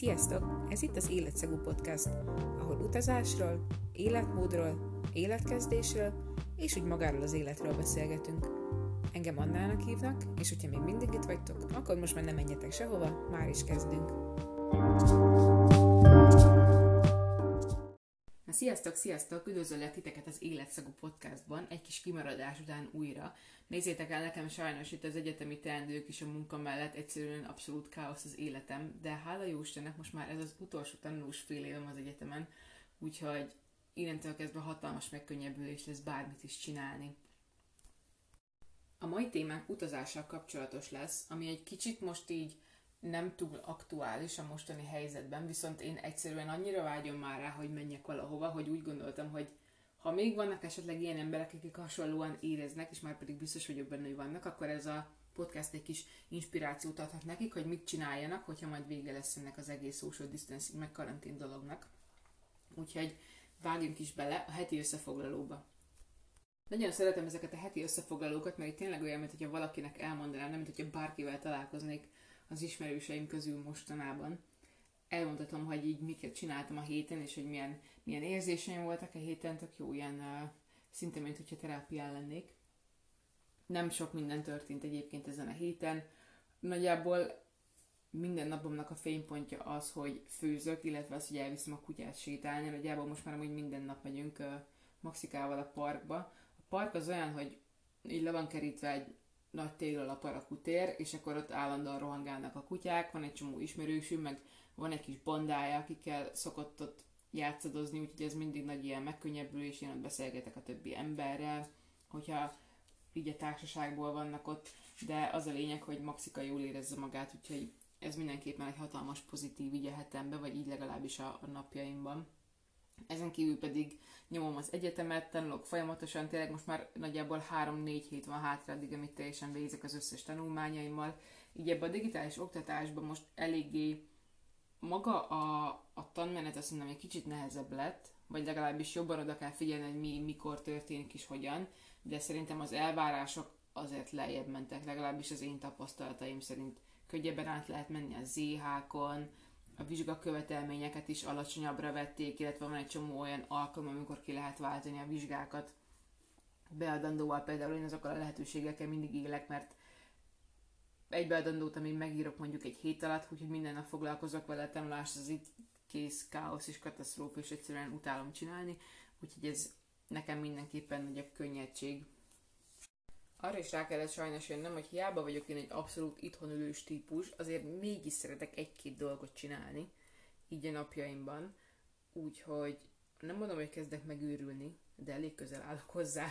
Sziasztok! Ez itt az Életszagú Podcast, ahol utazásról, életmódról, életkezdésről és úgy magáról az életről beszélgetünk. Engem Annának hívnak, és hogyha még mindig itt vagytok, akkor most már nem menjetek sehova, már is kezdünk. Na, sziasztok! Üdvözöllek titeket az Életszagú Podcastban, egy kis kimaradás után újra. Nézzétek el, nekem sajnos itt az egyetemi teendők és a munka mellett egyszerűen abszolút káosz az életem, de hála jó Istennek most már ez az utolsó tanulós fél évem az egyetemen, úgyhogy innentől kezdve hatalmas megkönnyebbülés lesz bármit is csinálni. A mai témánk utazással kapcsolatos lesz, ami egy kicsit most így nem túl aktuális a mostani helyzetben, viszont én egyszerűen annyira vágyom már rá, hogy menjek valahova, hogy úgy gondoltam, hogy ha még vannak esetleg ilyen emberek, akik hasonlóan éreznek, és már pedig biztos vagyok benne, hogy vannak, akkor ez a podcast egy kis inspirációt adhat nekik, hogy mit csináljanak, hogyha majd vége lesz ennek az egész social distancing meg karantén dolognak. Úgyhogy vágjunk is bele a heti összefoglalóba. Nagyon szeretem ezeket a heti összefoglalókat, mert itt tényleg olyan, mint hogyha valakinek elmondanám, nem mint hogyha bárkivel találkoznék az ismerőseim közül mostanában. Elmondhatom, hogy így miket csináltam a héten, és hogy milyen érzéseim voltak a héten, tök jó, ilyen szinte, mint hogyha terápián lennék. Nem sok minden történt egyébként ezen a héten. Nagyjából minden napomnak a fénypontja az, hogy főzök, illetve az, hogy elviszem a kutyát sétálni. Nagyjából most már amúgy minden nap megyünk Maxikával a parkba. A park az olyan, hogy így le van kerítve egy nagy téglalap alakú tér, és akkor ott állandóan rohangálnak a kutyák, van egy csomó ismerősünk, meg van egy kis bandája, akikkel szokott ott játszadozni, úgyhogy ez mindig nagy ilyen megkönnyebbülés, én ott beszélgetek a többi emberrel, hogyha így a társaságból vannak ott, de az a lényeg, hogy Maxika jól érezze magát, úgyhogy ez mindenképpen egy hatalmas pozitív így a hetemben, vagy így legalábbis a napjaimban. Ezen kívül pedig nyomom az egyetemet, tanulok folyamatosan, tényleg most már nagyjából 3-4 hét van hátra addig, amit teljesen végzek az összes tanulmányaimmal. Így ebben a digitális oktatásban most eléggé maga a tanmenet azt mondom, egy kicsit nehezebb lett, vagy legalábbis jobban oda kell figyelni, hogy mikor történik és hogyan, de szerintem az elvárások azért lejjebb mentek, legalábbis az én tapasztalataim szerint könnyebben át lehet menni a ZH-kon, a vizsgakövetelményeket is alacsonyabbra vették, illetve van egy csomó olyan alkalom, amikor ki lehet váltani a vizsgákat beadandóval. Például én azokkal a lehetőségekkel mindig élek, mert egy beadandót, amit megírok mondjuk egy hét alatt, úgyhogy minden nap foglalkozok vele, a tanulás az itt kész, káosz és katasztrófa, és egyszerűen utálom csinálni, úgyhogy ez nekem mindenképpen nagyobb könnyedség. Arra is rá kellett sajnos jönnöm, hogy hiába vagyok én egy abszolút itthon ülős típus, azért mégis szeretek egy-két dolgot csinálni, így a napjaimban, úgyhogy nem mondom, hogy kezdek megőrülni, de elég közel állok hozzá.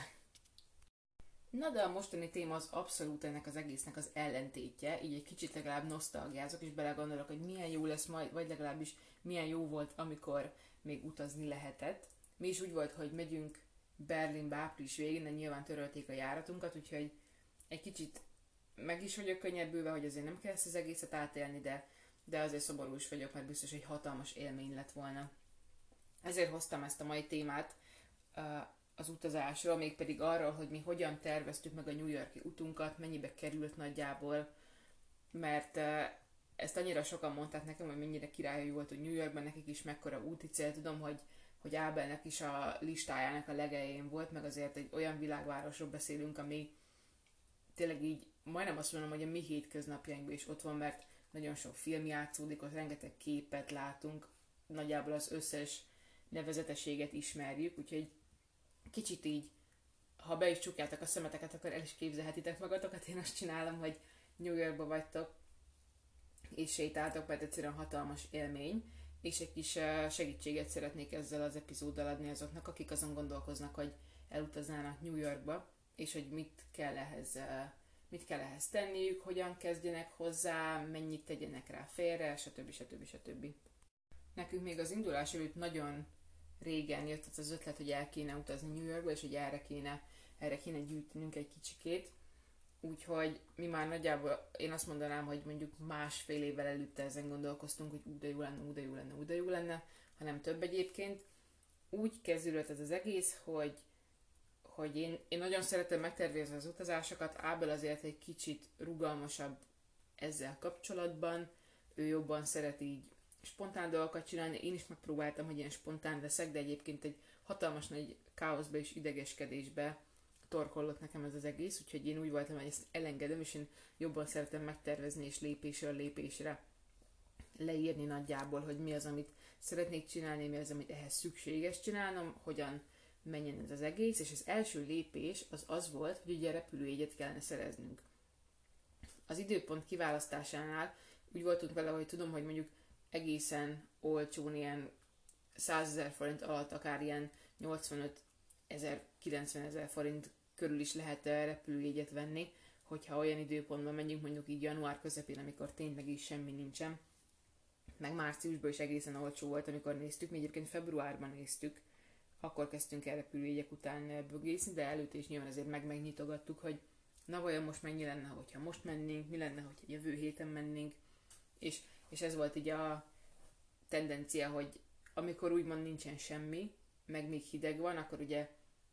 Na, de a mostani téma az abszolút ennek az egésznek az ellentétje, így egy kicsit legalább nosztalgiázok, és belegondolok, hogy milyen jó lesz majd, vagy legalábbis milyen jó volt, amikor még utazni lehetett. Mi is úgy volt, hogy megyünk Berlinbe április végén, de nyilván törölték a járatunkat, úgyhogy egy kicsit meg is vagyok könnyebbülve, hogy azért nem kell ezt az egészet átélni, de azért szomorú is vagyok, mert biztos, hogy hatalmas élmény lett volna. Ezért hoztam ezt a mai témát az utazásról, mégpedig arról, hogy mi hogyan terveztük meg a New York-i utunkat, mennyibe került nagyjából, mert ezt annyira sokan mondták nekem, hogy mennyire király volt, hogy New Yorkban nekik is mekkora úti cél. Tudom, hogy Ábelnek is a listájának a legelején volt, meg azért egy olyan világvárosról beszélünk, ami tényleg így majdnem azt mondom, hogy a mi hétköznapjainkban is ott van, mert nagyon sok film játszódik, ott rengeteg képet látunk, nagyjából az összes nevezetességet ismerjük, úgyhogy kicsit így, ha be is csukjátok a szemeteket, akkor el is képzelhetitek magatokat. Én azt csinálom, hogy New Yorkba vagytok, és sétáltok, mert egyszerűen hatalmas élmény, és egy kis segítséget szeretnék ezzel az epizóddal adni azoknak, akik azon gondolkoznak, hogy elutaznának New Yorkba, és hogy mit kell ehhez tenniük, hogyan kezdjenek hozzá, mennyit tegyenek rá félre, stb. Nekünk még az indulás előtt nagyon régen jött az ötlet, hogy el kéne utazni New Yorkba, és hogy erre kéne gyűjtenünk egy kicsikét. Úgyhogy mi már nagyjából, én azt mondanám, hogy mondjuk másfél évvel előtte ezen gondolkoztunk, hogy de jó lenne, hanem több egyébként. Úgy kezdődött ez az egész, hogy én nagyon szeretem megtervezni az utazásokat, Ábel azért egy kicsit rugalmasabb ezzel kapcsolatban, ő jobban szeret így spontán dolgokat csinálni. Én is megpróbáltam, hogy ilyen spontán leszek, de egyébként egy hatalmas nagy káoszba és idegeskedésbe torkollott nekem ez az egész, úgyhogy én úgy voltam, hogy ezt elengedem, és én jobban szeretem megtervezni, és lépésről lépésre leírni nagyjából, hogy mi az, amit szeretnék csinálni, mi az, amit ehhez szükséges csinálnom, hogyan menjen ez az egész, és az első lépés az volt, hogy ugye repülőjegyet kellene szereznünk. Az időpont kiválasztásánál úgy voltunk vele, hogy tudom, hogy mondjuk egészen olcsón, ilyen 100 000 forint alatt, akár ilyen 85 000, 90 000 forint körül is lehet repülőjegyet venni, hogyha olyan időpontban megyünk, mondjuk így január közepén, amikor tényleg is semmi nincsen. Meg márciusban is egészen olcsó volt, amikor néztük, mi egyébként februárban néztük, akkor kezdtünk el repülőjegyek után bögészni, de előtt is nyilván azért megnyitogattuk, hogy na vajon most mennyi lenne, hogyha most mennénk, mi lenne, hogyha jövő héten mennénk, és ez volt így a tendencia, hogy amikor úgymond nincsen semmi, meg még hideg van, akkor ugye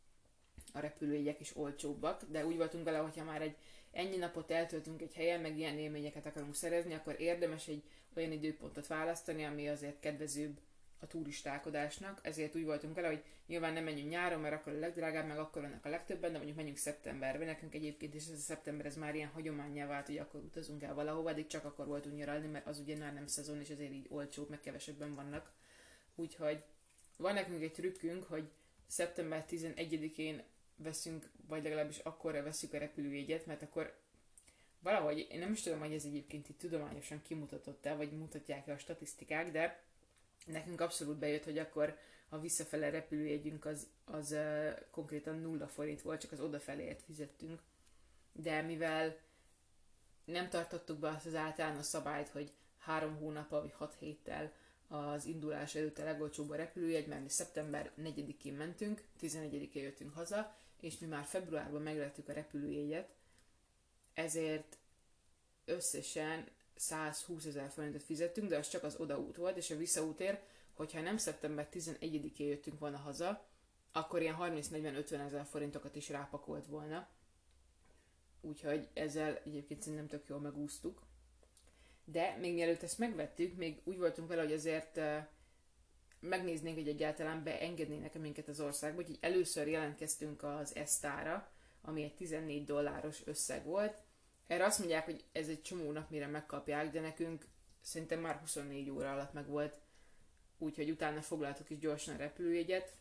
a repülőjegyek is olcsóbbak, de úgy voltunk vele, hogyha már egy ennyi napot eltöltünk egy helyen, meg ilyen élményeket akarunk szerezni, akkor érdemes egy olyan időpontot választani, ami azért kedvezőbb a turistálkodásnak, ezért úgy voltunk vele, hogy nyilván nem menjünk nyáron, mert akkor a legdrágább, meg akkor vannak a legtöbben, de mondjuk menjünk szeptemberben. Nekünk egyébként is ez a szeptember ez már ilyen hagyománnyá vált, hogy akkor utazunk el valahova, addig csak akkor voltunk nyaralni, mert az ugye már nem szezon, és azért így olcsóbb, meg kevesebben vannak. Úgyhogy van nekünk egy trükkünk, hogy szeptember 11-én veszünk, vagy legalábbis akkorra veszük a repülőjegyet, mert akkor valahogy, én nem is tudom, hogy ez egyébként itt tudományosan kimutatott-e, vagy mutatják-e a statisztikák, de nekünk abszolút bejött, hogy akkor a visszafele repülőjegyünk az konkrétan 0 forint volt, csak az odafeléért fizettünk. De mivel nem tartottuk be azt az általános szabályt, hogy 3 hónappal vagy 6 héttel az indulás előtt a legolcsóbb a repülőjegy, mert mi szeptember 4-én mentünk, 11-én jöttünk haza, és mi már februárban megvettük a repülőjegyet, ezért összesen 120 000 forintot fizettünk, de az csak az odaút volt, és a visszaútért, hogyha nem szeptember 11-én jöttünk volna haza, akkor ilyen 30-40-50 000 forintokat is rápakolt volna. Úgyhogy ezzel egyébként szerintem tök jól megúsztuk. De még mielőtt ezt megvettük, még úgy voltunk vele, hogy azért megnéznénk, hogy egyáltalán beengednének minket az országba, úgyhogy először jelentkeztünk az ESTA-ra, ami egy $14 összeg volt. Erre azt mondják, hogy ez egy csomó nap, mire megkapják, de nekünk szerintem már 24 óra alatt meg volt, úgyhogy utána foglaltuk is gyorsan a repülőjegyet.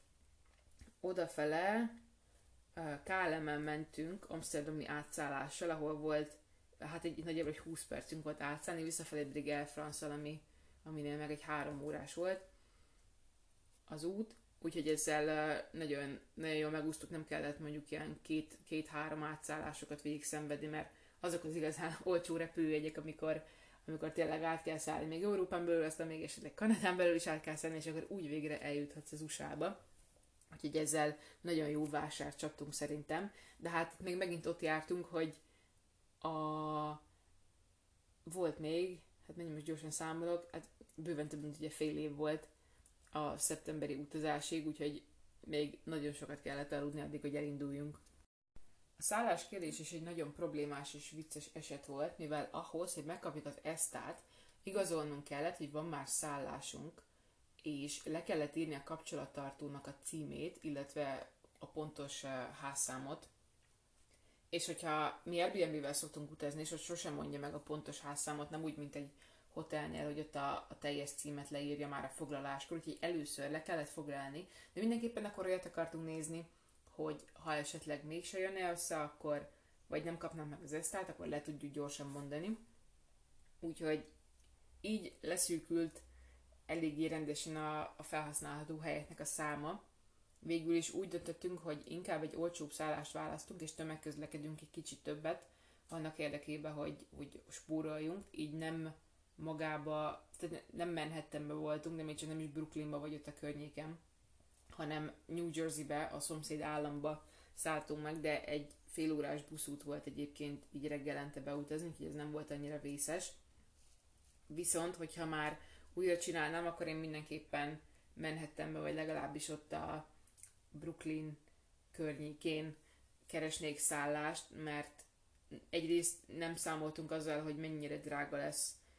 Odafele KLM-en mentünk amsterdami átszállással, ahol volt, hát egy nagyjából 20 percünk volt átszállni, visszafelé pedig Air France-al, aminél meg egy 3 órás volt az út, úgyhogy ezzel nagyon, nagyon jól megúsztuk, nem kellett mondjuk ilyen 2-3 átszállásokat végig szenvedni, mert azok az igazán olcsó repülőjegyek, amikor tényleg át kell szállni még Európán belül, aztán még esetleg Kanadán belül is át kell szállni, és akkor úgy végre eljuthatsz az USA-ba. Úgyhogy ezzel nagyon jó vásárt csaptunk szerintem. De hát még megint ott jártunk, hogy volt még, hát menjünk most gyorsan számolok, hát bőven több mint ugye fél év volt a szeptemberi utazásig, úgyhogy még nagyon sokat kellett aludni addig, hogy elinduljunk. A szálláskérdés is egy nagyon problémás és vicces eset volt, mivel ahhoz, hogy megkapjuk az ESTA-t, igazolnunk kellett, hogy van már szállásunk, és le kellett írni a kapcsolattartónak a címét, illetve a pontos házszámot. És hogyha mi Airbnb-vel szoktunk utazni, és ott sosem mondja meg a pontos házszámot, nem úgy, mint egy hotelnél, hogy ott a teljes címet leírja már a foglaláskor, úgyhogy először le kellett foglalni, de mindenképpen akkor olyat akartunk nézni, hogy ha esetleg mégse jönne össze, akkor vagy nem kapnánk meg az ESTA-t, akkor le tudjuk gyorsan mondani. Úgyhogy így leszűkült eléggé rendesen a felhasználható helyeknek a száma. Végül is úgy döntöttünk, hogy inkább egy olcsóbb szállást választunk, és tömegközlekedünk egy kicsit többet, annak érdekében, hogy spóroljunk, így nem magába, tehát nem Manhattanbe voltunk, de még csak nem is Brooklynba vagy ott a környéken, hanem New Jerseybe, a szomszéd államba szálltunk meg, de egy félórás buszút volt egyébként így reggelente beutazni, úgyhogy ez nem volt annyira vészes. Viszont, hogyha már újra csinálnám, akkor én mindenképpen Manhattanbe, vagy legalábbis ott a Brooklyn környékén keresnék szállást, mert egyrészt nem számoltunk azzal, hogy mennyire drága lesz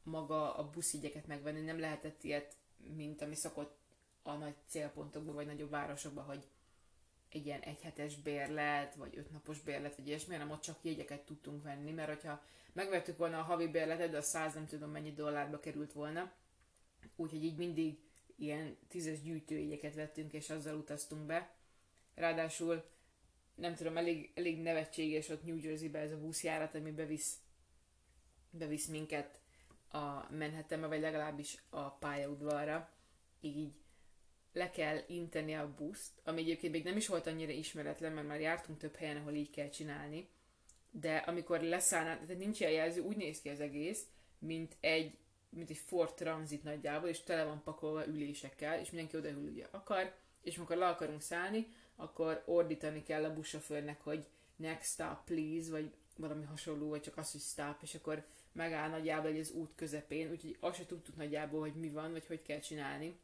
maga a buszjegyeket megvenni, nem lehetett ilyet, mint ami szokott a nagy célpontokban, vagy nagyobb városokban, hogy egy ilyen egyhetes bérlet, vagy 5 napos bérlet, vagy ilyesmi, hanem ott csak jegyeket tudtunk venni, mert hogyha megvettük volna a havi bérletet, de a 100 nem tudom mennyi dollárba került volna, úgyhogy így mindig ilyen 10-es gyűjtőjegyeket vettünk, és azzal utaztunk be. Ráadásul nem tudom, elég nevetséges ott New Jersey-be ez a buszjárat, ami bevisz minket a Manhattanbe, vagy legalábbis a pályaudvarra. Így le kell inteni a buszt, ami egyébként még nem is volt annyira ismeretlen, mert már jártunk több helyen, ahol így kell csinálni. De amikor leszállnál, tehát nincs ilyen jelző, úgy néz ki az egész, mint egy Ford Transit nagyjából, és tele van pakolva ülésekkel, és mindenki odaül, ugye akar, és amikor le akarunk szállni, akkor ordítani kell a buszsofőrnek, hogy next stop please, vagy valami hasonló, vagy csak az, hogy stop, és akkor megáll nagyjából egy az út közepén, úgyhogy azt se tudtuk nagyjából, hogy mi van, vagy hogy kell csinálni.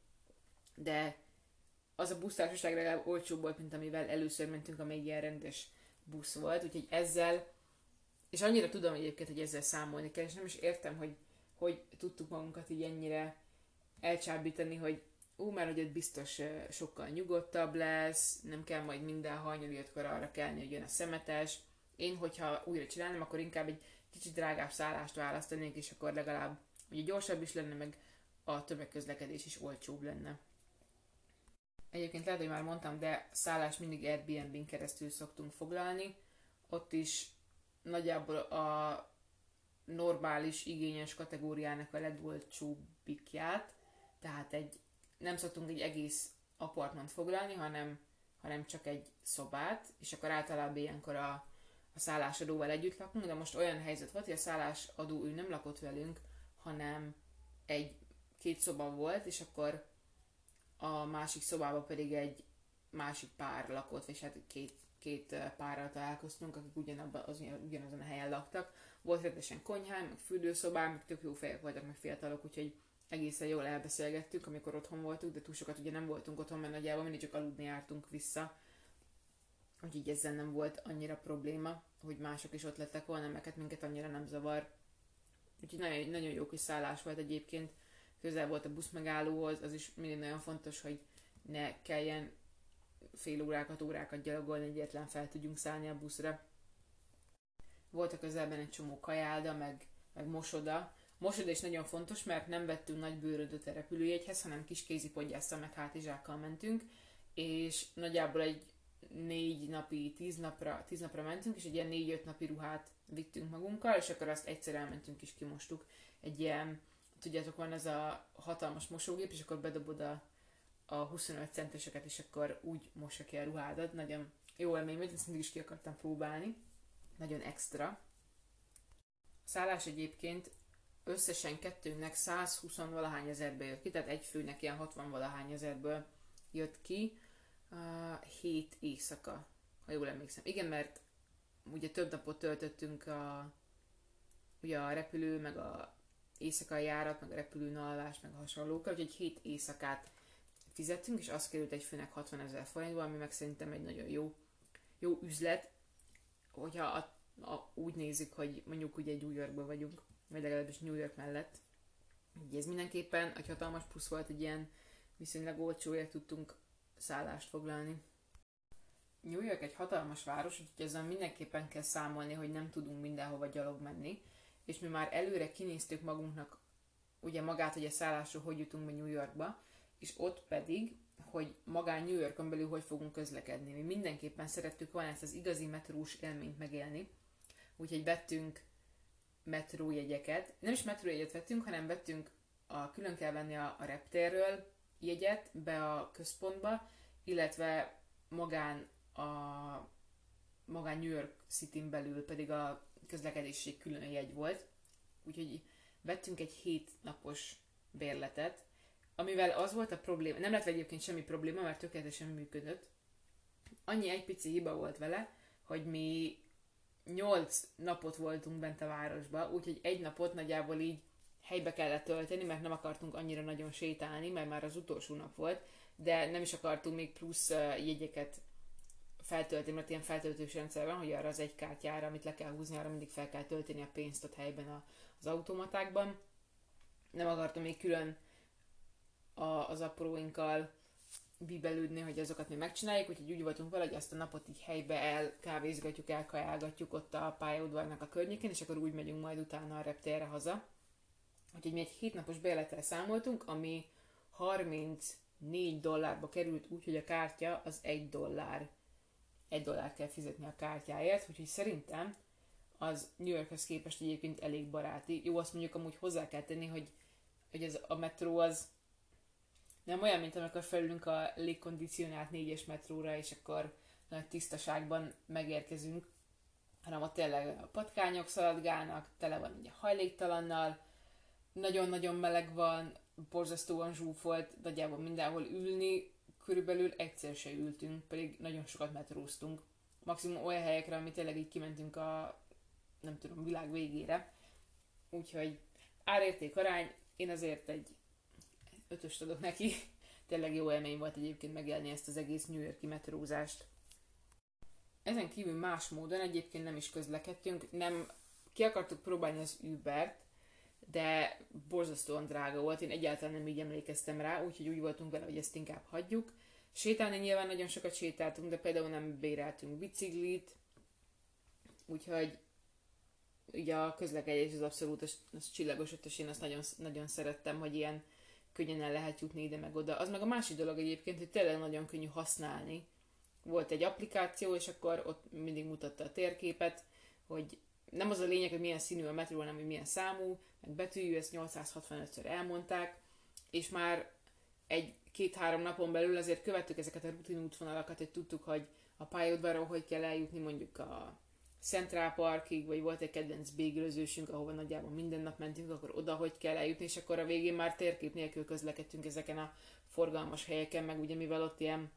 De az a busztársaság legalább olcsóbb volt, mint amivel először mentünk, amely ilyen rendes busz volt, úgyhogy ezzel, és annyira tudom egyébként, hogy ezzel számolni kell, és nem is értem, hogy tudtuk magunkat így ennyire elcsábítani, hogy mert hogy ott biztos sokkal nyugodtabb lesz, nem kell majd minden hajnali 5-kor arra kelni, hogy jön a szemetes. Én, hogyha újra csinálnám, akkor inkább egy kicsit drágább szállást választanék, és akkor legalább ugye gyorsabb is lenne, meg a tömegközlekedés is olcsóbb lenne. Egyébként lehet, hogy már mondtam, de szállást mindig Airbnb-n keresztül szoktunk foglalni. Ott is nagyjából a normális, igényes kategóriának a legolcsóbbikját, tehát nem szoktunk egy egész apartmant foglalni, hanem csak egy szobát, és akkor általában ilyenkor a szállásadóval együtt lakunk, de most olyan helyzet volt, hogy a szállásadó ő nem lakott velünk, hanem két szoba volt, és akkor a másik szobában pedig egy másik pár lakott, és hát két párral találkoztunk, akik ugyanazon a helyen laktak. Volt rendesen konyhám, meg fürdőszobám, meg tök jó fejek voltak, meg fiatalok, úgyhogy egészen jól elbeszélgettük, amikor otthon voltunk, de túl sokat ugye nem voltunk otthon, mert nagyjából mindig csak aludni jártunk vissza. Úgyhogy ezzel nem volt annyira probléma, hogy mások is ott lettek volna, meg hát minket annyira nem zavar. Úgyhogy nagyon, nagyon jó kis szállás volt egyébként, közel volt a buszmegállóhoz, az is mindig nagyon fontos, hogy ne kelljen fél órákat gyalogolni, egyetlen fel tudjunk szállni a buszra. Volt a közelben egy csomó kajálda, meg mosoda. Mosoda is nagyon fontos, mert nem vettünk nagy bőrödöt a repülőjegyhez, hanem kis kézipodgyásszal meg hátizsákkal mentünk, és nagyjából egy 4 napi, 10 napra mentünk, és egy ilyen 4-5 napi ruhát vittünk magunkkal, és akkor azt egyszer elmentünk és kimostuk. Egy ilyen, tudjátok, van ez a hatalmas mosógép, és akkor bedobod a 25 centeseket, és akkor úgy mossa ki a ruhádat. Nagyon jó élmény volt, ezt mindig is ki akartam próbálni. Nagyon extra. A szállás egyébként összesen kettőnknek 120-valahány ezerbe jött ki, tehát egy főnek ilyen 60-valahány ezerből jött ki. 7 éjszaka, ha jól emlékszem. Igen, mert ugye több napot töltöttünk ugye a repülő, meg a éjszakai járat, meg a repülőn alvás, meg a hasonlókkal, úgyhogy 7 éjszakát fizettünk, és az került egy főnek 60 000 forintba, ami meg szerintem egy nagyon jó üzlet, hogyha úgy nézzük, hogy mondjuk ugye New Yorkban vagyunk, vagy legalábbis New York mellett. Ugye ez mindenképpen egy hatalmas plusz volt, egy ilyen viszonylag olcsóért tudtunk szállást foglalni. New York egy hatalmas város, úgyhogy ezzel mindenképpen kell számolni, hogy nem tudunk mindenhova gyalog menni, és mi már előre kinéztük magunknak ugye magát, hogy a szállásról hogy jutunk be New Yorkba, és ott pedig, hogy magán New Yorkon belül hogy fogunk közlekedni. Mi mindenképpen szerettük volna ezt az igazi metrós élményt megélni, úgyhogy vettünk metrójegyeket. Nem is metrójegyet vettünk, hanem vettünk, külön kell venni a reptérről jegyet be a központba, illetve magán New York Cityn belül pedig a közlekedési külön jegy volt. Úgyhogy vettünk egy 7 napos bérletet, amivel az volt a probléma, nem lett egyébként semmi probléma, mert tökéletesen működött. Annyi egy pici hiba volt vele, hogy mi 8 napot voltunk bent a városba, úgyhogy egy napot nagyjából így helybe kellett tölteni, mert nem akartunk annyira nagyon sétálni, mert már az utolsó nap volt, de nem is akartunk még plusz jegyeket feltölteni, mert ilyen feltöltős rendszer van, hogy arra az egy kártyára, amit le kell húzni, arra mindig fel kell tölteni a pénzt ott helyben az automatákban. nem akartam még külön az apróinkkal bíbelődni, hogy azokat mi megcsináljuk, úgyhogy úgy voltunk vele, hogy azt a napot így helybe elkávézgatjuk, elkajálgatjuk ott a pályaudvarnak a környékén, és akkor úgy megyünk majd utána a reptérre haza. Úgyhogy mi egy 7 napos bérlettel számoltunk, ami $34 került, úgyhogy a kártya az $1. $1 kell fizetni a kártyáért, úgyhogy szerintem az New Yorkhoz képest egyébként elég baráti. Jó, azt mondjuk amúgy hozzá kell tenni, hogy ez a metró az nem olyan, mint amikor felülünk a légkondicionált 4-es metróra, és akkor nagy tisztaságban megérkezünk, hanem ott tényleg a patkányok szaladgálnak, tele van ugye hajléktalannal, nagyon-nagyon meleg van, borzasztóan zsúfolt, nagyjából mindenhol ülni, körülbelül egyszer se ültünk, pedig nagyon sokat metróztunk. Maximum olyan helyekre, amit tényleg így kimentünk a, nem tudom, világ végére. Úgyhogy árérték arány, én azért egy 5-öst adok neki. Tényleg jó élmény volt egyébként megélni ezt az egész New York-i metrózást. Ezen kívül más módon egyébként nem is közlekedtünk, nem ki akartuk próbálni az Ubert, de borzasztóan drága volt, én egyáltalán nem így emlékeztem rá, úgyhogy úgy voltunk vele, hogy ezt inkább hagyjuk. Sétálni nyilván nagyon sokat sétáltunk, de például nem béreltünk biciklit, úgyhogy ugye a közlekedés az abszolút az csillagos ötös, én azt nagyon, nagyon szerettem, hogy ilyen könnyen el lehet jutni ide meg oda. Az meg a másik dolog egyébként, hogy tényleg nagyon könnyű használni. Volt egy applikáció, és akkor ott mindig mutatta a térképet, hogy nem az a lényeg, hogy milyen színű a metró, hanem hogy milyen számú, meg betűjű, ezt 865-ször elmondták, és már egy-két-három napon belül azért követtük ezeket a rutin útvonalakat, hogy tudtuk, hogy a pályaudvarról hogy kell eljutni mondjuk a Central Parkig, vagy volt egy kedvenc béglőzősünk, ahova nagyjából minden nap mentünk, akkor oda hogy kell eljutni, és akkor a végén már térkép nélkül közlekedtünk ezeken a forgalmas helyeken, meg ugye mivel ott ilyen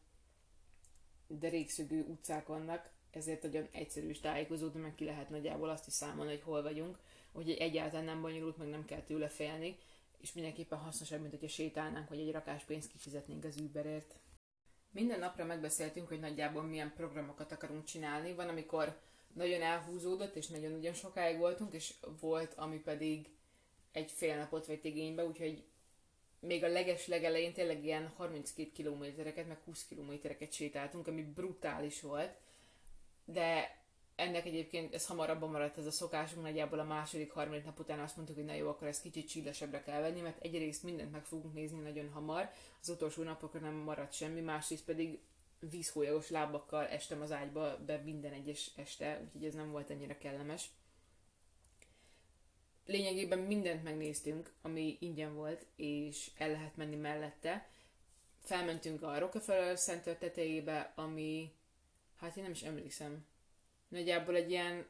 derékszögű utcák vannak, ezért nagyon egyszerű is tájékozódni, meg ki lehet nagyjából azt is számolni, hogy hol vagyunk, úgyhogy egyáltalán nem bonyolult, meg nem kell tőle félni, és mindenképpen hasznosabb, mint hogyha sétálnánk, vagy egy rakás pénzt kifizetnénk az Uberért. Minden napra megbeszéltünk, hogy nagyjából milyen programokat akarunk csinálni. Van, amikor nagyon elhúzódott, és nagyon-nagyon sokáig voltunk, és volt, ami pedig egy fél napot vett igénybe, úgyhogy még a legelején tényleg ilyen 32 kilométereket, meg 20 kilométereket sétáltunk, ami brutális volt, de ennek egyébként ez hamarabban maradt ez a szokásunk, nagyjából a második-harmadik nap után azt mondtuk, hogy na jó, akkor ezt kicsit csillesebbre kell venni, mert egyrészt mindent meg fogunk nézni nagyon hamar, az utolsó napokra nem maradt semmi, másrészt pedig vízhólyagos lábakkal estem az ágyba be minden egyes este, úgyhogy ez nem volt annyira kellemes. Lényegében mindent megnéztünk, ami ingyen volt, és el lehet menni mellette. Felmentünk a Rockefeller Center tetejébe, ami, hát én nem is emlékszem, nagyjából egy ilyen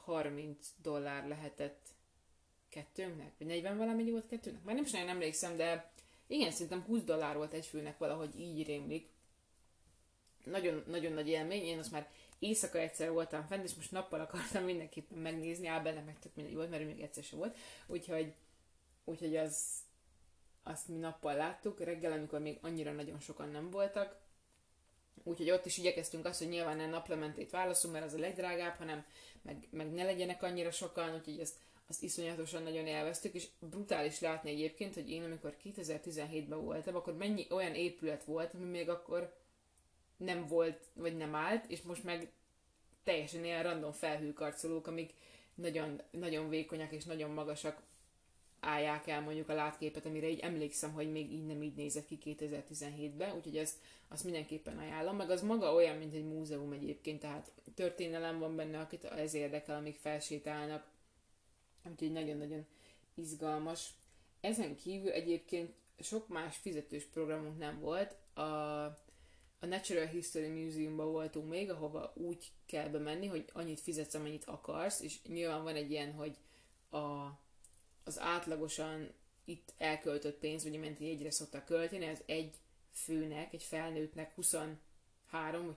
$30 lehetett kettőnknek, vagy 40 valamennyi volt kettőnknek. Már nem is nagyon emlékszem, de igen, szerintem $20 volt egy főnek, valahogy így rémlik. Nagyon nagy élmény, én azt már éjszaka egyszer voltam fent, és most nappal akartam mindenképpen megnézni, benne meg tök mindegy volt, mert még egyszer sem volt, úgyhogy azt mi nappal láttuk, reggel, amikor még annyira nagyon sokan nem voltak, úgyhogy ott is igyekeztünk azt, hogy nyilván nem naplementét válaszunk, mert az a legdrágább, hanem meg ne legyenek annyira sokan, úgyhogy azt iszonyatosan nagyon élveztük, és brutális látni egyébként, hogy én amikor 2017-ben voltam, akkor mennyi olyan épület volt, ami még akkor nem volt, vagy nem állt, és most meg teljesen ilyen random felhőkarcolók, amik nagyon, nagyon vékonyak és nagyon magasak állják el mondjuk a látképet, amire így emlékszem, hogy még így nem így nézett ki 2017-ben, úgyhogy azt mindenképpen ajánlom, meg az maga olyan, mint egy múzeum egyébként, tehát történelem van benne, akit ez érdekel, amíg felsétálnak, úgyhogy nagyon-nagyon izgalmas. Ezen kívül egyébként sok más fizetős programunk nem volt, a Natural History Museumban voltunk még, ahova úgy kell bemenni, hogy annyit fizetsz, amennyit akarsz, és nyilván van egy ilyen, hogy az átlagosan itt elköltött pénz, vagy amint jegyre szoktak költeni, ez egy főnek, egy felnőttnek 23 vagy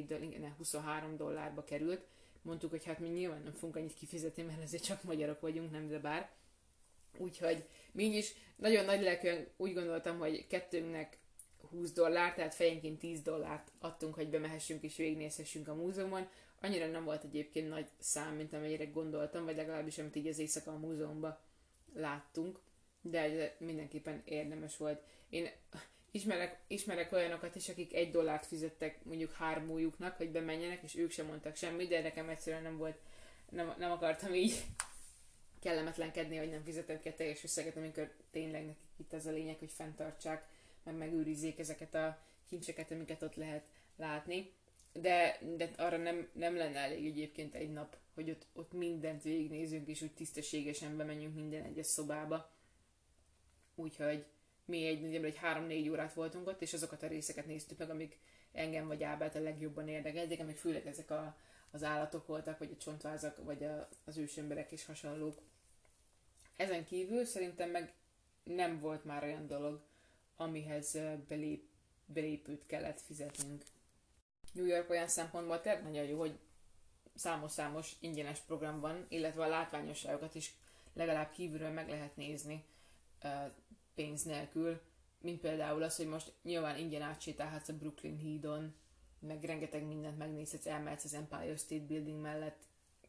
23 dollárba került. Mondtuk, hogy hát mi nyilván nem fogunk annyit kifizetni, mert azért csak magyarok vagyunk, nem de bár. Úgyhogy mégis nagyon nagy lelkűen úgy gondoltam, hogy kettőnknek $20, tehát fejenként $10 adtunk, hogy bemehessünk és végignézhessünk a múzeumon. Annyira nem volt egyébként nagy szám, mint amennyire gondoltam, vagy legalábbis amit így az éjszaka a múzeumban láttunk. de mindenképpen érdemes volt. Én ismerek olyanokat is, akik $1 fizettek mondjuk hármójuknak, hogy bemenjenek, és ők sem mondtak semmit, de nekem egyszerűen nem volt, nem akartam így kellemetlenkedni, hogy nem fizetem ki a teljes összeget, amikor tényleg nekik itt az a lényeg, hogy fenntartsák, meg megőrizzék ezeket a kincseket, amiket ott lehet látni. De arra nem lenne elég egyébként egy nap, hogy ott mindent végignézzünk, és úgy tisztességesen bemenjünk minden egyes szobába. Úgyhogy mi nagyjából egy 3-4 órát voltunk ott, és azokat a részeket néztük meg, amik engem vagy Ábelt a legjobban érdekeltek, amik főleg ezek az állatok voltak, vagy a csontvázak, vagy az ősemberek és hasonlók. Ezen kívül szerintem meg nem volt már olyan dolog, amihez belépőt kellett fizetnünk. New York olyan szempontból tényleg nagyon jó, hogy számos ingyenes program van, illetve a látványosságokat is legalább kívülről meg lehet nézni pénz nélkül, mint például az, hogy most nyilván ingyen átsétálhatsz a Brooklyn hídon, meg rengeteg mindent megnézhetsz, elmehetsz az Empire State Building mellett.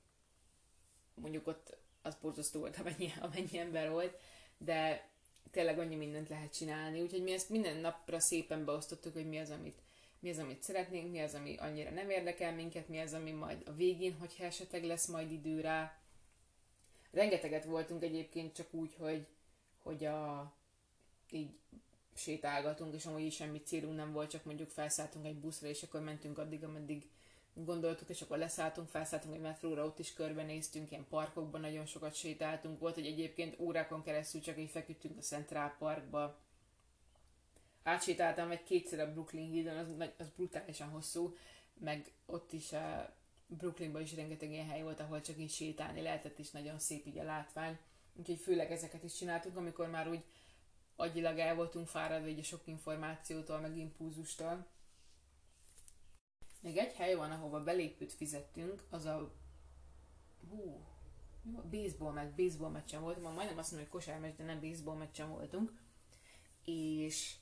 Mondjuk ott az borzasztó volt, amennyi ember volt, de tényleg annyi mindent lehet csinálni, úgyhogy mi ezt minden napra szépen beosztottuk, hogy mi az, amit szeretnénk, mi az, ami annyira nem érdekel minket, mi az, ami majd a végén, hogyha esetleg lesz majd idő rá. Rengeteget voltunk egyébként csak úgy, hogy így sétálgatunk, és amúgy is semmi célunk nem volt, csak mondjuk felszálltunk egy buszra, és akkor mentünk addig, ameddig gondoltuk, és akkor leszálltunk, felszálltunk egy metróra, ott is körbenéztünk, ilyen parkokban nagyon sokat sétáltunk. Volt, hogy egyébként órákon keresztül csak így feküdtünk a Central Parkba. Átsétáltam egy kétszer a Brooklyn hídon, az brutálisan hosszú, meg ott is Brooklynban is rengeteg ilyen hely volt, ahol csak így sétálni lehetett, és nagyon szép így a látvány. Úgyhogy főleg ezeket is csináltuk, amikor már úgy agyilag el voltunk fáradva így a sok információtól, meg impulzustól. Még egy hely van, ahova belépőt fizettünk, az a baseball meccsen voltunk, majdnem azt mondom, hogy kosármeccs, de nem baseball meccsen voltunk, és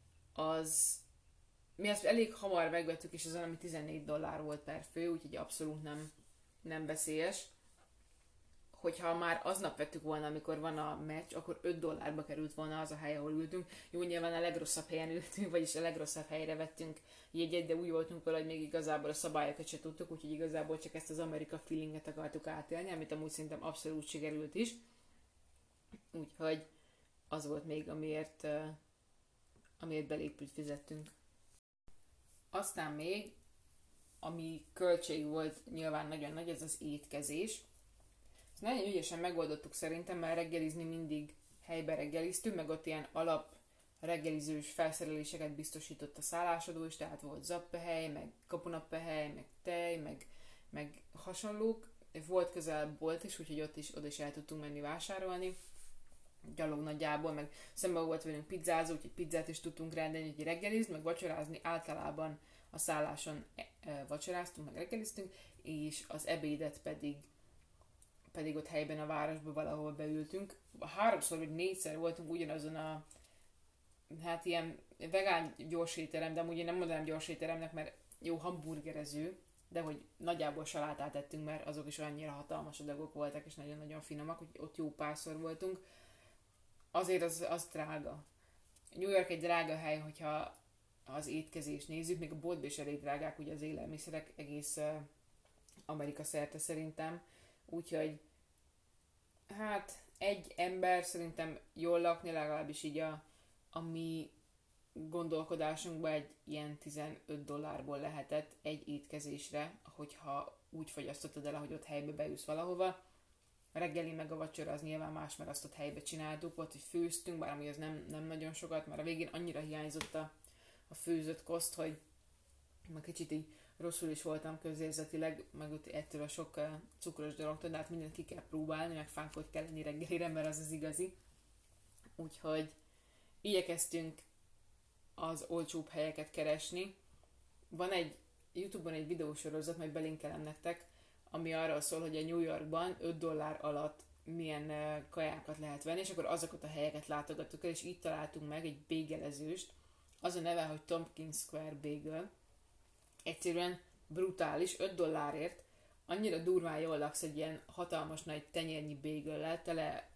mi azt elég hamar megvettük, és az ami $14 volt per fő, úgyhogy abszolút nem veszélyes. Hogyha már aznap vettük volna, amikor van a meccs, akkor $5 került volna az a hely, ahol ültünk. Jó, nyilván a legrosszabb helyen ültünk, vagyis a legrosszabb helyre vettünk jegyet, de úgy voltunk vele, hogy még igazából a szabályokat se tudtuk, úgyhogy igazából csak ezt az Amerika feelinget akartuk átélni, amit amúgy szerintem abszolút sikerült is. Úgyhogy az volt még, amiért belépőt fizettünk. Aztán még, ami költség volt nyilván nagyon nagy, ez az étkezés. Ezt nagyon ügyesen megoldottuk szerintem, mert reggelizni mindig helyben reggeliztünk, meg ott ilyen alap reggelizős felszereléseket biztosított a szállásadó is, tehát volt zappehely, meg kapunappehely, meg tej, meg hasonlók. Volt közel bolt is, úgyhogy oda is el tudtunk menni vásárolni. Gyalog nagyjából, meg szemben volt velünk pizzázó, úgyhogy pizzát is tudtunk rendelni, hogy reggelizni, meg vacsorázni. Általában a szálláson vacsoráztunk, meg reggeliztünk, és az ebédet pedig ott helyben a városban valahol beültünk. 3-szor vagy 4-szer voltunk ugyanazon ilyen vegán gyorsétterem, de amúgy én nem mondanám gyorsétteremnek, mert jó hamburgerező, de hogy nagyjából salátát ettünk, mert azok is annyira hatalmas adagok voltak, és nagyon-nagyon finomak, hogy ott jó párszor voltunk. Azért az drága. New York egy drága hely, hogyha az étkezést nézzük, még a boltban is elég drágák ugye az élelmiszerek egész Amerika szerte szerintem. Úgyhogy egy ember szerintem jól lakni, legalábbis így a mi gondolkodásunkban egy ilyen $15 lehetett egy étkezésre, hogyha úgy fogyasztottad el, hogy ott helybe beülsz valahova. A reggeli meg a vacsora az nyilván más, mert azt ott helybe csináltuk, volt, hogy főztünk, bár ami az nem nagyon sokat, mert a végén annyira hiányzott a főzött koszt, hogy már kicsit így rosszul is voltam közérzetileg, meg ott ettől a sok cukros dologtól, de hát mindent ki kell próbálni, meg fánkot kell lenni reggelire, mert az igazi. Úgyhogy igyekeztünk az olcsóbb helyeket keresni. Van egy YouTube-on egy videósorozat, majd belinkelem nektek, ami arról szól, hogy a New Yorkban $5 alatt milyen kajákat lehet venni, és akkor azokat a helyeket látogattuk el, és így találtunk meg egy bégelezőst. Az a neve, hogy Tompkins Square Bagel. Egyszerűen brutális, $5 annyira durván jól laksz egy ilyen hatalmas nagy tenyérnyi bagellel, tele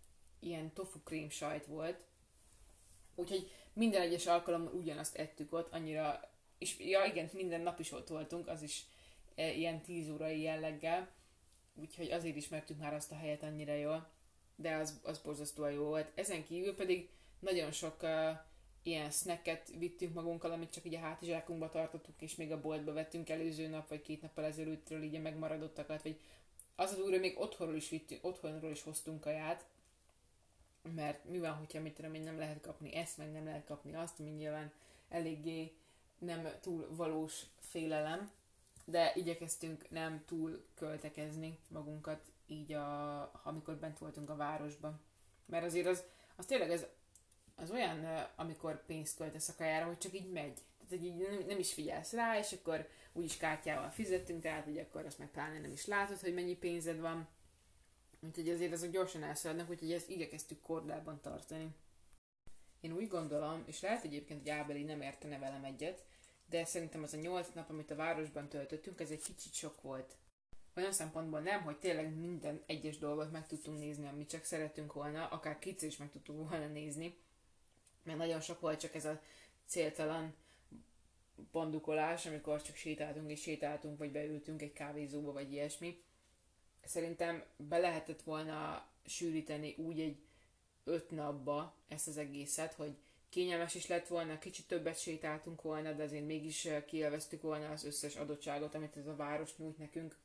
ilyen tofu krém sajt volt, úgyhogy minden egyes alkalommal ugyanazt ettük ott, annyira, és ja igen, minden nap is ott voltunk, az is ilyen 10 órai jelleggel, úgyhogy azért ismertük már azt a helyet annyira jól, de az borzasztóan jó volt. Ezen kívül pedig nagyon sok ilyen snacket vittünk magunkkal, amit csak így a hátizsákunkba tartottuk, és még a boltba vettünk előző nap, vagy 2 nappal ezelőttről így a megmaradottakat, vagy az az újra még otthonról is hoztunk kaját, mert mi van, hogyha mit tudom én, nem lehet kapni ezt, meg nem lehet kapni azt, ami nyilván eléggé nem túl valós félelem, de igyekeztünk nem túl költekezni magunkat így, amikor bent voltunk a városban. Mert azért az tényleg az olyan, amikor pénzt költesz a kajára, hogy csak így megy. Tehát így nem is figyelsz rá, és akkor úgyis kártyával fizettünk, tehát hogy akkor azt meg pláne nem is látod, hogy mennyi pénzed van. Úgyhogy azért azok gyorsan elszaladnak, úgyhogy ezt igyekeztük kordában tartani. Én úgy gondolom, és lehet egyébként, hogy Ábeli nem értene velem egyet, de szerintem az a 8 nap, amit a városban töltöttünk, ez egy kicsit sok volt. Olyan szempontból nem, hogy tényleg minden egyes dolgot meg tudtunk nézni, amit csak szerettünk volna, akár kétszer is meg tudtuk volna nézni, mert nagyon sok volt csak ez a céltalan bandukolás, amikor csak sétáltunk, vagy beültünk egy kávézóba, vagy ilyesmi. Szerintem be lehetett volna sűríteni úgy egy 5 napba ezt az egészet, hogy kényelmes is lett volna, kicsit többet sétáltunk volna, de azért mégis kielveztük volna az összes adottságot, amit ez a város nyújt nekünk,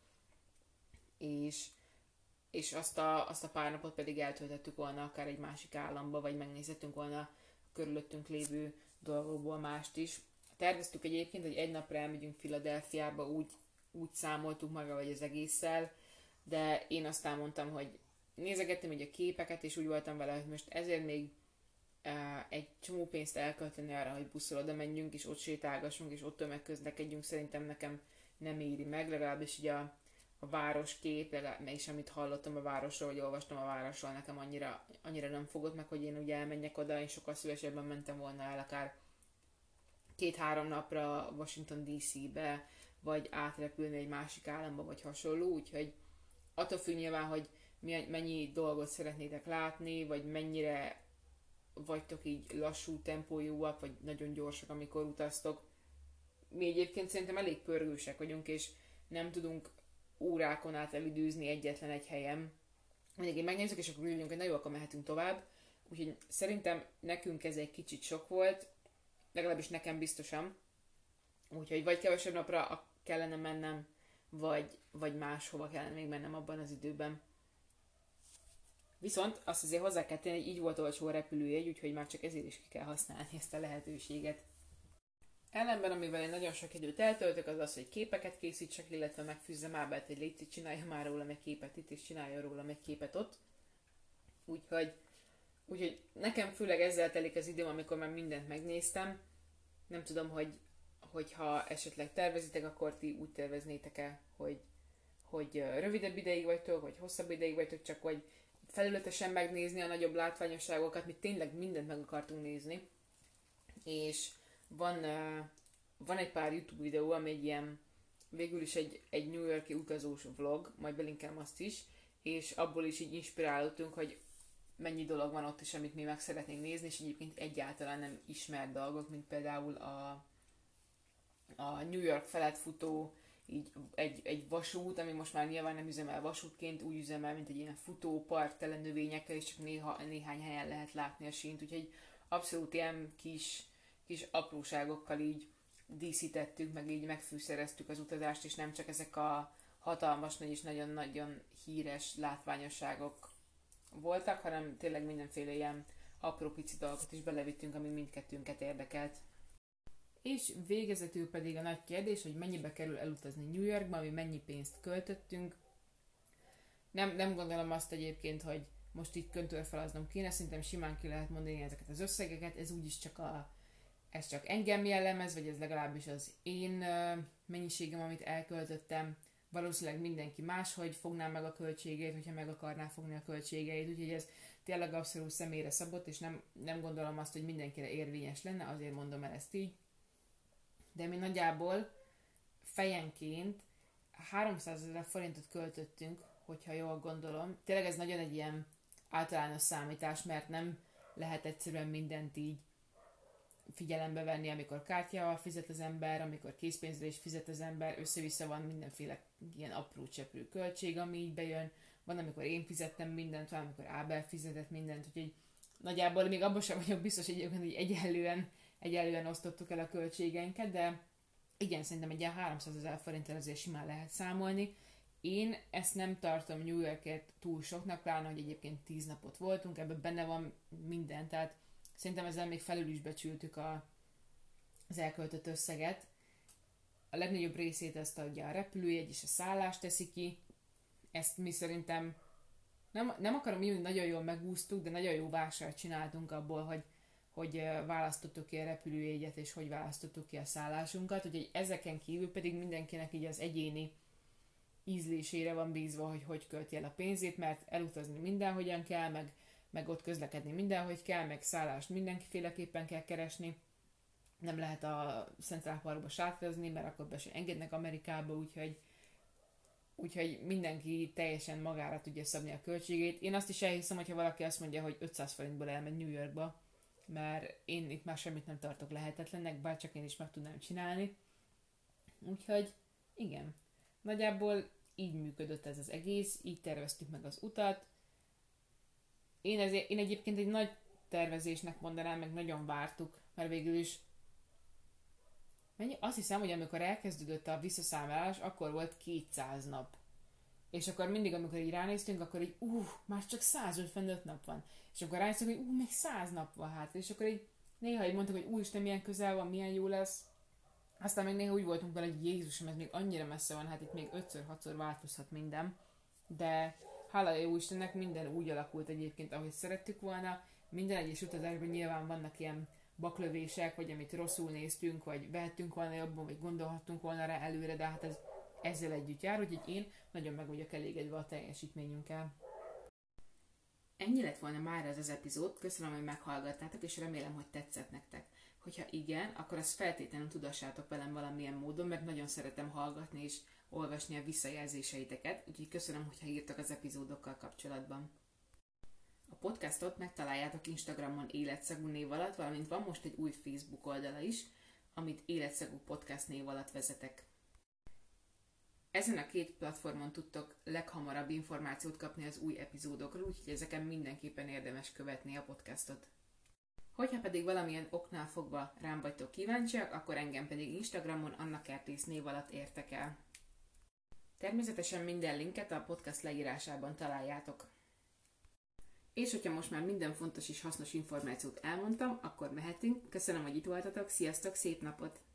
és azt a pár napot pedig eltöltettük volna akár egy másik államba, vagy megnézhetünk volna a körülöttünk lévő dolgokból mást is. Terveztük egyébként, hogy egy napra elmegyünk Philadelphiába, úgy számoltuk maga, vagy az egésszel, de én aztán mondtam, hogy nézegettem így a képeket, és úgy voltam vele, hogy most ezért még egy csomó pénzt elkölteni arra, hogy busszal oda menjünk, és ott sétálgassunk, és ott tömegközlekedjünk, szerintem nekem nem éri meg, legalábbis így a városkép, és amit hallottam a városról, vagy olvastam a városról, nekem annyira nem fogott meg, hogy én ugye elmenjek oda, én sokkal szívesebben mentem volna el akár 2-3 napra Washington DC-be, vagy átrepülni egy másik államba, vagy hasonló, úgyhogy attól függ nyilván, hogy mennyi dolgot szeretnétek látni, vagy mennyire vagytok így lassú tempójúak, vagy nagyon gyorsak, amikor utaztok. Mi egyébként szerintem elég pörgősek vagyunk, és nem tudunk órákon át elidőzni egyetlen egy helyen. Mindig én megnézzük, és akkor ülünk, hogy na jó, akkor mehetünk tovább. Úgyhogy szerintem nekünk ez egy kicsit sok volt, legalábbis nekem biztosan. Úgyhogy vagy kevesebb napra kellene mennem, vagy máshova kellene még mennem abban az időben. Viszont azt azért hozzá kell tenni, hogy így volt olcsó a repülőjegy, úgyhogy már csak ezért is ki kell használni ezt a lehetőséget. Ellenben, amivel én nagyon sok időt eltöltök, az az, hogy képeket készítsek, illetve megfűzzem Ábelt, hogy légy, csinálja már rólam egy képet itt, és csinálja rólam egy képet ott. Úgyhogy nekem főleg ezzel telik az időm, amikor már mindent megnéztem. Nem tudom, hogy ha esetleg tervezitek, akkor ti úgy terveznétek-e, hogy rövidebb ideig vagytok, vagy hosszabb ideig vagytok, csak vagy felületesen megnézni a nagyobb látványosságokat, mi tényleg mindent meg akartunk nézni. És van egy pár YouTube videó, ami egy ilyen, végül is egy New York-i utazós vlog, majd belinkelem azt is, és abból is így inspirálódtunk, hogy mennyi dolog van ott is, amit mi meg szeretnénk nézni, és egyébként egyáltalán nem ismert dolgok, mint például a New York felett futó így egy vasút, ami most már nyilván nem üzemel vasútként, úgy üzemel, mint egy ilyen futópark tele növényekkel, és csak néhány helyen lehet látni a sínt, úgyhogy abszolút ilyen kis apróságokkal így díszítettük, meg így megfűszereztük az utazást, és nem csak ezek a hatalmas nagy és nagyon-nagyon híres látványosságok voltak, hanem tényleg mindenféle ilyen apró pici dolgokat is belevittünk, ami mindkettőnket érdekelt. És végezetül pedig a nagy kérdés, hogy mennyibe kerül elutazni New Yorkba, ami mennyi pénzt költöttünk. Nem gondolom azt egyébként, hogy most itt köntörfalaznom kéne, szerintem simán ki lehet mondani ezeket az összegeket, ez úgyis ez csak engem jellemez, vagy ez legalábbis az én mennyiségem, amit elköltöttem. Valószínűleg mindenki máshogy fogná meg a költségeit, hogyha meg akarná fogni a költségeit, úgyhogy ez tényleg abszolút személyre szabott, és nem gondolom azt, hogy mindenkire érvényes lenne, azért mondom el ezt így. De mi nagyjából fejenként 300 000 forintot költöttünk, hogyha jól gondolom. Tényleg ez nagyon egy ilyen általános számítás, mert nem lehet egyszerűen mindent így figyelembe venni, amikor kártyával fizet az ember, amikor készpénzre is fizet az ember, össze-vissza van mindenféle ilyen apró cseprő költség, ami így bejön, van, amikor én fizettem mindent, van, amikor Ábel fizetett mindent, úgyhogy nagyjából még abban sem vagyok biztos egyébként, hogy egyenlően osztottuk el a költségeinket, de igen, szerintem egy ilyen 300 000 forinttal azért simán lehet számolni. Én ezt nem tartom New Yorkért túl soknak, pláne, hogy egyébként 10 napot voltunk, ebben benne van minden, tehát szerintem ezzel még felül is becsültük az elköltött összeget. A legnagyobb részét ezt adja a repülőjegy és a szállás teszi ki. Ezt mi szerintem nem akarom így, hogy nagyon jól megúsztuk, de nagyon jó vásárt csináltunk abból, hogy választottuk ki a repülőjegyet, és hogy választottuk ki a szállásunkat, úgyhogy ezeken kívül pedig mindenkinek így az egyéni ízlésére van bízva, hogy költi el a pénzét, mert elutazni mindenhogyan kell, meg ott közlekedni mindenhogy kell, meg szállást mindenféleképpen kell keresni. Nem lehet a Central Parkba sátrazni, mert akkor be se engednek Amerikába, úgyhogy mindenki teljesen magára tudja szabni a költségét. Én azt is elhiszem, hogyha valaki azt mondja, hogy 500 forintból elmegy New Yorkba, mert én itt már semmit nem tartok lehetetlennek, bár csak én is meg tudnám csinálni. Úgyhogy igen, nagyjából így működött ez az egész, így terveztük meg az utat. Én egyébként egy nagy tervezésnek mondanám, meg nagyon vártuk, mert végül is azt hiszem, hogy amikor elkezdődött a visszaszámlálás, akkor volt 200 nap. És akkor mindig, amikor így ránéztünk, akkor így, már csak 155 nap van. És akkor ránéztünk, hogy még 100 nap van hát. És akkor így néha így mondtuk, hogy úristen, milyen közel van, milyen jó lesz. Aztán még néha úgy voltunk vele, hogy Jézusom, ez még annyira messze van, hát itt még 5-6-szor változhat minden. De hála jó Istennek minden úgy alakult egyébként, ahogy szerettük volna. Minden egyes utazásban nyilván vannak ilyen baklövések, vagy amit rosszul néztünk, vagy vehettünk volna jobban, vagy gondolhattunk volna rá előre, de hát ez ezzel együtt jár, úgyhogy én nagyon meg vagyok elégedve a teljesítményünkkel. Ennyi lett volna már ez az epizód, köszönöm, hogy meghallgattátok, és remélem, hogy tetszett nektek. Hogyha igen, akkor azt feltétlenül tudassátok velem valamilyen módon, mert nagyon szeretem hallgatni és olvasni a visszajelzéseiteket, úgyhogy köszönöm, hogyha írtak az epizódokkal kapcsolatban. A podcastot megtaláljátok Instagramon Életszagú név alatt, valamint van most egy új Facebook oldala is, amit Életszagú Podcast név alatt vezetek. Ezen a két platformon tudtok leghamarabb információt kapni az új epizódokról, úgyhogy ezeken mindenképpen érdemes követni a podcastot. Hogyha pedig valamilyen oknál fogva rám vagytok kíváncsiak, akkor engem pedig Instagramon Anna Kertész név alatt értek el. Természetesen minden linket a podcast leírásában találjátok. És hogyha most már minden fontos és hasznos információt elmondtam, akkor mehetünk. Köszönöm, hogy itt voltatok, sziasztok, szép napot!